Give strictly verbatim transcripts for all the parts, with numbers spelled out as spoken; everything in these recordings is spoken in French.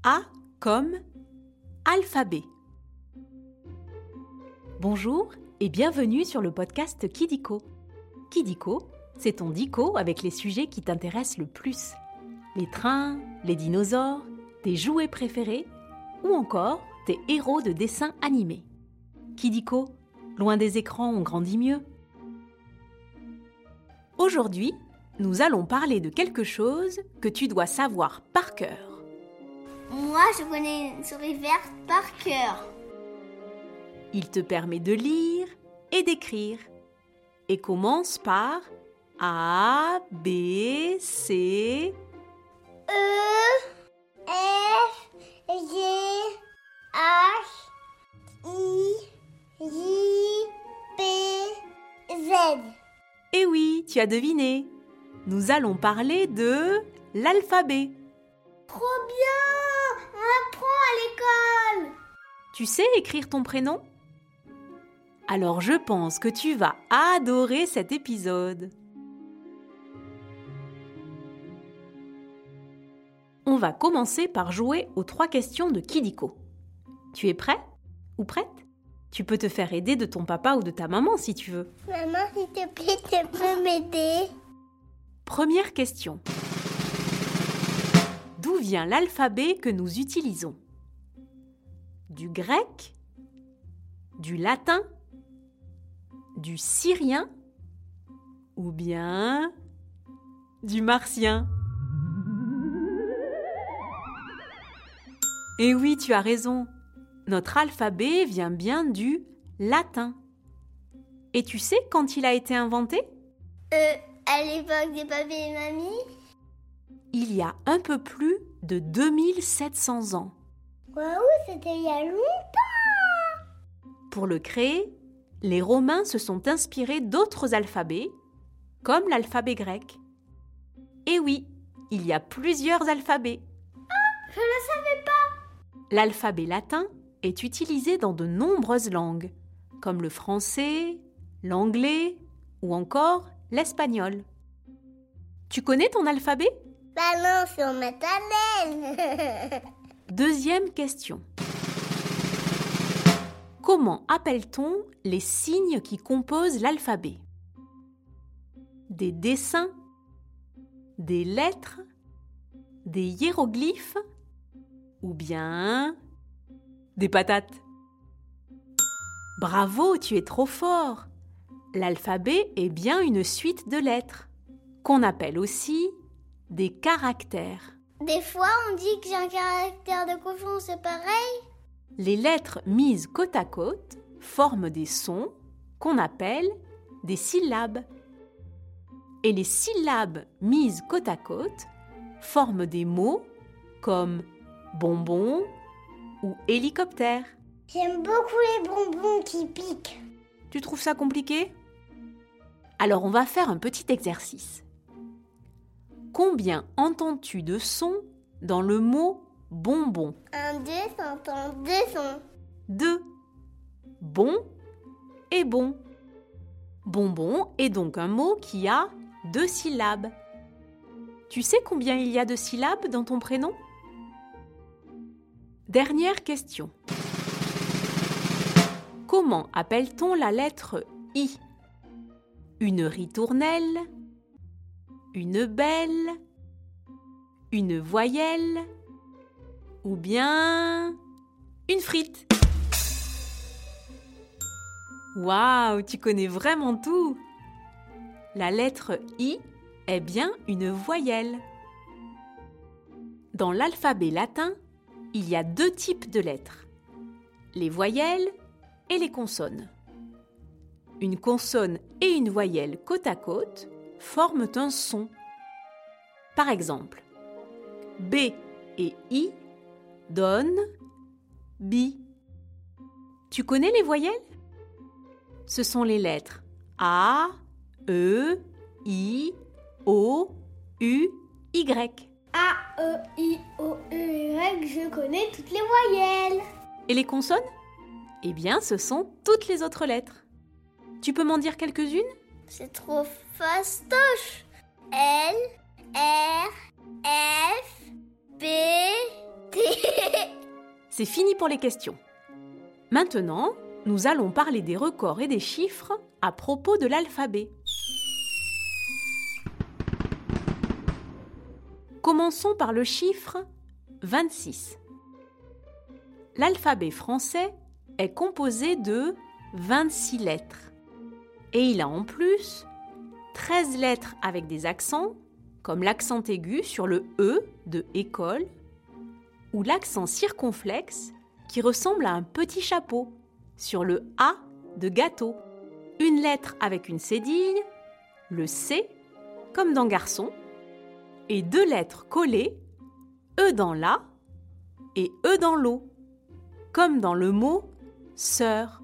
A comme alphabet. Bonjour et bienvenue sur le podcast Kidiko. Kidiko, c'est ton dico avec les sujets qui t'intéressent le plus. Les trains, les dinosaures, tes jouets préférés ou encore tes héros de dessins animés. Kidiko, loin des écrans, on grandit mieux. Aujourd'hui, nous allons parler de quelque chose que tu dois savoir par cœur. Moi, je connais une souris verte par cœur. Il te permet de lire et d'écrire et commence par A, B, C... E, F, G, H, I, J, P, Z. Eh oui, tu as deviné. Nous allons parler de l'alphabet. Trop bien! On apprend à l'école! Tu sais écrire ton prénom ? Alors je pense que tu vas adorer cet épisode. On va commencer par jouer aux trois questions de Kidiko. Tu es prêt ou prête ? Tu peux te faire aider de ton papa ou de ta maman si tu veux. Maman, s'il te plaît, tu peux m'aider? Première question. D'où vient l'alphabet que nous utilisons ? Du grec ? Du latin ? Du syrien ? Ou bien du martien ? Eh oui, tu as raison. Notre alphabet vient bien du latin. Et tu sais quand il a été inventé ? Euh, à l'époque des papis et mamies? Il y a un peu plus de deux mille sept cents ans. Waouh, c'était il y a longtemps! Pour le créer, les Romains se sont inspirés d'autres alphabets, comme l'alphabet grec. Et oui, il y a plusieurs alphabets. Ah, je ne le savais pas! L'alphabet latin est utilisé dans de nombreuses langues, comme le français, l'anglais ou encore l'espagnol. Tu connais ton alphabet ? Bah non, c'est en maternelle. Deuxième question. Comment appelle-t-on les signes qui composent l'alphabet ? Des dessins ? Des lettres ? Des hiéroglyphes ? Ou bien des patates ? Bravo, tu es trop fort ! L'alphabet est bien une suite de lettres, qu'on appelle aussi des caractères. Des fois, on dit que j'ai un caractère de cochon, c'est pareil? Les lettres mises côte à côte forment des sons qu'on appelle des syllabes. Et les syllabes mises côte à côte forment des mots comme bonbon ou hélicoptère. J'aime beaucoup les bonbons qui piquent. Tu trouves ça compliqué ? Alors on va faire un petit exercice. Combien entends-tu de sons dans le mot bonbon ? Un, deux, s'entend deux sons. Deux. Bon et bon. Bonbon est donc un mot qui a deux syllabes. Tu sais combien il y a de syllabes dans ton prénom ? Dernière question. Comment appelle-t-on la lettre I ? Une ritournelle ? Une belle ? Une voyelle ? Ou bien une frite ? Waouh, tu connais vraiment tout ! La lettre I est bien une voyelle. Dans l'alphabet latin, il y a deux types de lettres, les voyelles et les consonnes. Une consonne et une voyelle côte à côte forment un son. Par exemple, B et I donnent bi. Tu connais les voyelles ? Ce sont les lettres A, E, I, O, U, Y. A, E, I, O, U, Y, je connais toutes les voyelles. Et les consonnes ? Eh bien, ce sont toutes les autres lettres. Tu peux m'en dire quelques-unes ? C'est trop fastoche. L, R, F, B, T, c'est fini pour les questions. Maintenant, nous allons parler des records et des chiffres à propos de l'alphabet. Commençons par le chiffre vingt-six. L'alphabet français est composé de vingt-six lettres. Et il a en plus treize lettres avec des accents, comme l'accent aigu sur le E de école, ou l'accent circonflexe qui ressemble à un petit chapeau sur le A de gâteau. Une lettre avec une cédille, le C, comme dans garçon, et deux lettres collées, E dans la et E dans l'eau, comme dans le mot sœur.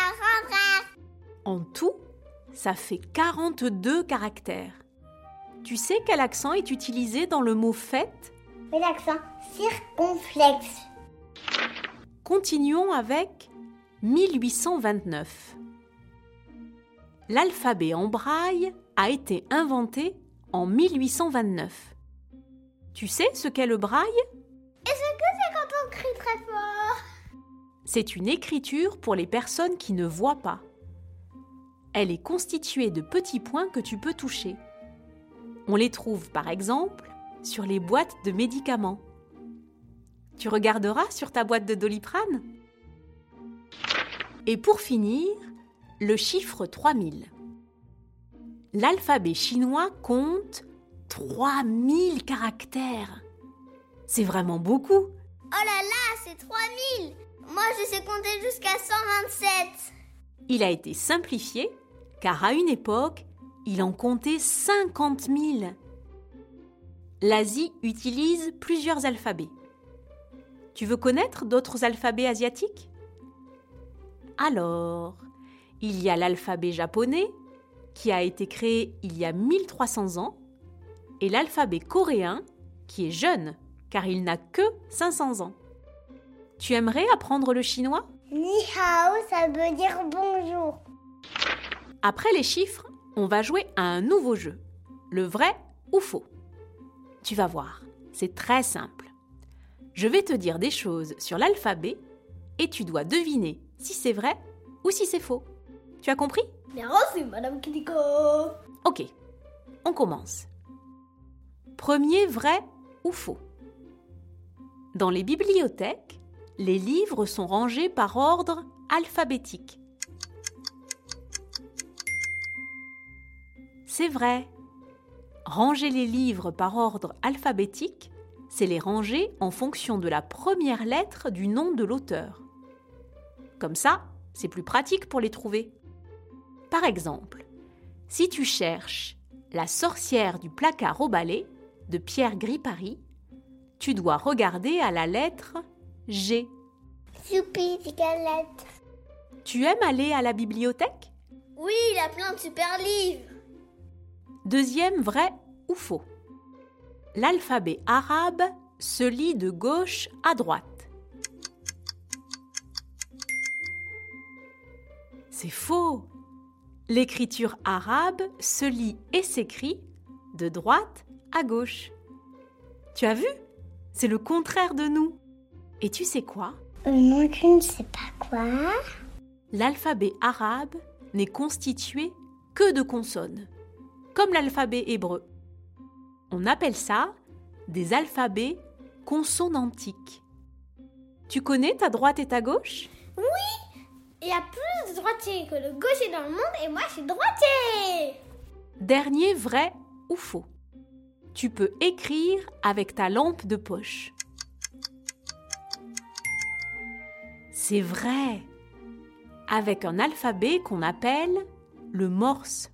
En tout, ça fait quarante-deux caractères. Tu sais quel accent est utilisé dans le mot fête? L'accent circonflexe. Continuons avec mille huit cent vingt-neuf. L'alphabet en braille a été inventé en mille huit cent vingt-neuf. Tu sais ce qu'est le braille? Est-ce que c'est quand on crie très fort? C'est une écriture pour les personnes qui ne voient pas. Elle est constituée de petits points que tu peux toucher. On les trouve par exemple sur les boîtes de médicaments. Tu regarderas sur ta boîte de Doliprane. Et pour finir, le chiffre trois mille. L'alphabet chinois compte trois mille caractères. C'est vraiment beaucoup. Oh là là, c'est trois mille. Moi, je sais compter jusqu'à cent vingt-sept. Il a été simplifié car à une époque, il en comptait cinquante mille. L'Asie utilise plusieurs alphabets. Tu veux connaître d'autres alphabets asiatiques? Alors, il y a l'alphabet japonais qui a été créé il y a mille trois cents ans et l'alphabet coréen qui est jeune car il n'a que cinq cents ans. Tu aimerais apprendre le chinois? Ni hao, ça veut dire bonjour. Après les chiffres, on va jouer à un nouveau jeu, le vrai ou faux. Tu vas voir, c'est très simple. Je vais te dire des choses sur l'alphabet et tu dois deviner si c'est vrai ou si c'est faux. Tu as compris? Bien reçu, Madame Kitiko. Ok, on commence. Premier vrai ou faux? Dans les bibliothèques, les livres sont rangés par ordre alphabétique. C'est vrai. Ranger les livres par ordre alphabétique, c'est les ranger en fonction de la première lettre du nom de l'auteur. Comme ça, c'est plus pratique pour les trouver. Par exemple, si tu cherches La sorcière du placard au balai de Pierre Gripari, tu dois regarder à la lettre G. Youpi, c'est quelle lettre? Tu aimes aller à la bibliothèque? Oui, il a plein de super livres. Deuxième vrai ou faux? L'alphabet arabe se lit de gauche à droite. C'est faux. L'écriture arabe se lit et s'écrit de droite à gauche. Tu as vu? C'est le contraire de nous. Et tu sais quoi? Euh, moi, je ne sais pas quoi. L'alphabet arabe n'est constitué que de consonnes, comme l'alphabet hébreu. On appelle ça des alphabets consonantiques. Tu connais ta droite et ta gauche? Oui, il y a plus de droitiers que de gauchers dans le monde et moi, je suis droitier. Dernier vrai ou faux? Tu peux écrire avec ta lampe de poche. C'est vrai, avec un alphabet qu'on appelle le morse.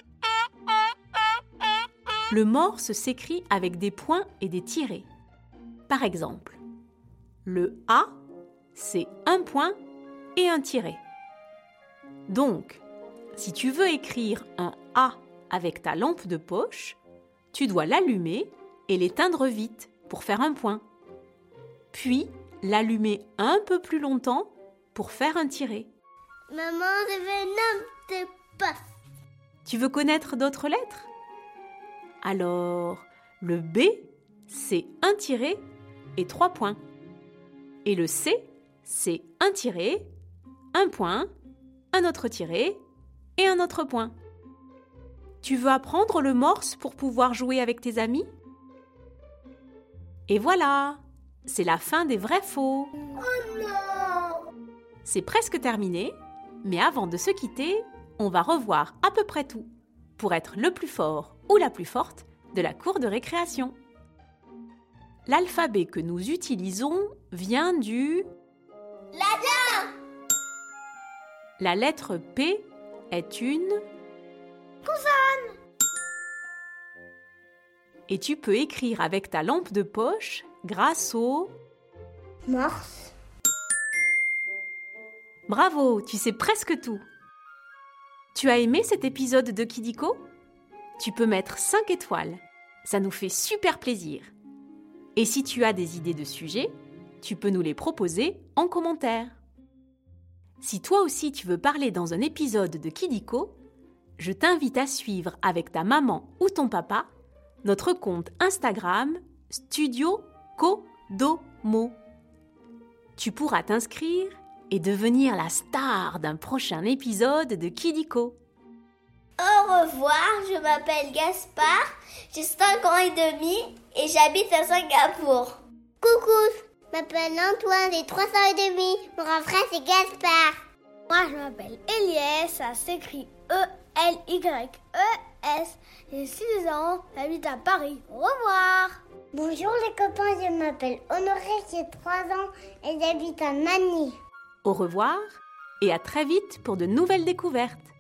Le morse s'écrit avec des points et des tirets. Par exemple, le A, c'est un point et un tiret. Donc, si tu veux écrire un A avec ta lampe de poche, tu dois l'allumer et l'éteindre vite pour faire un point. Puis, l'allumer un peu plus longtemps pour faire un tiret. Maman, je veux n'importe pas. Tu veux connaître d'autres lettres? Alors, le B, c'est un tiret et trois points. Et le C, c'est un tiré, un point, un autre tiré et un autre point. Tu veux apprendre le morse pour pouvoir jouer avec tes amis? Et voilà, c'est la fin des vrais-faux. Oh non! C'est presque terminé, mais avant de se quitter, on va revoir à peu près tout pour être le plus fort ou la plus forte de la cour de récréation. L'alphabet que nous utilisons vient du latin. La lettre P est une consonne. Et tu peux écrire avec ta lampe de poche grâce au morse. Bravo, tu sais presque tout. Tu as aimé cet épisode de Kidiko? Tu peux mettre cinq étoiles. Ça nous fait super plaisir. Et si tu as des idées de sujets, tu peux nous les proposer en commentaire. Si toi aussi tu veux parler dans un épisode de Kidiko, je t'invite à suivre avec ta maman ou ton papa notre compte Instagram Studio Kodomo. Tu pourras t'inscrire et devenir la star d'un prochain épisode de Kidiko. Au revoir, je m'appelle Gaspard, j'ai cinq ans et demi et j'habite à Singapour. Coucou, je m'appelle Antoine, j'ai trois ans et demi, mon grand frère c'est Gaspard. Moi je m'appelle Eliès, ça s'écrit E L Y E S, j'ai six ans, j'habite à Paris. Au revoir. Bonjour les copains, je m'appelle Honoré, j'ai trois ans et j'habite à Manille. Au revoir et à très vite pour de nouvelles découvertes.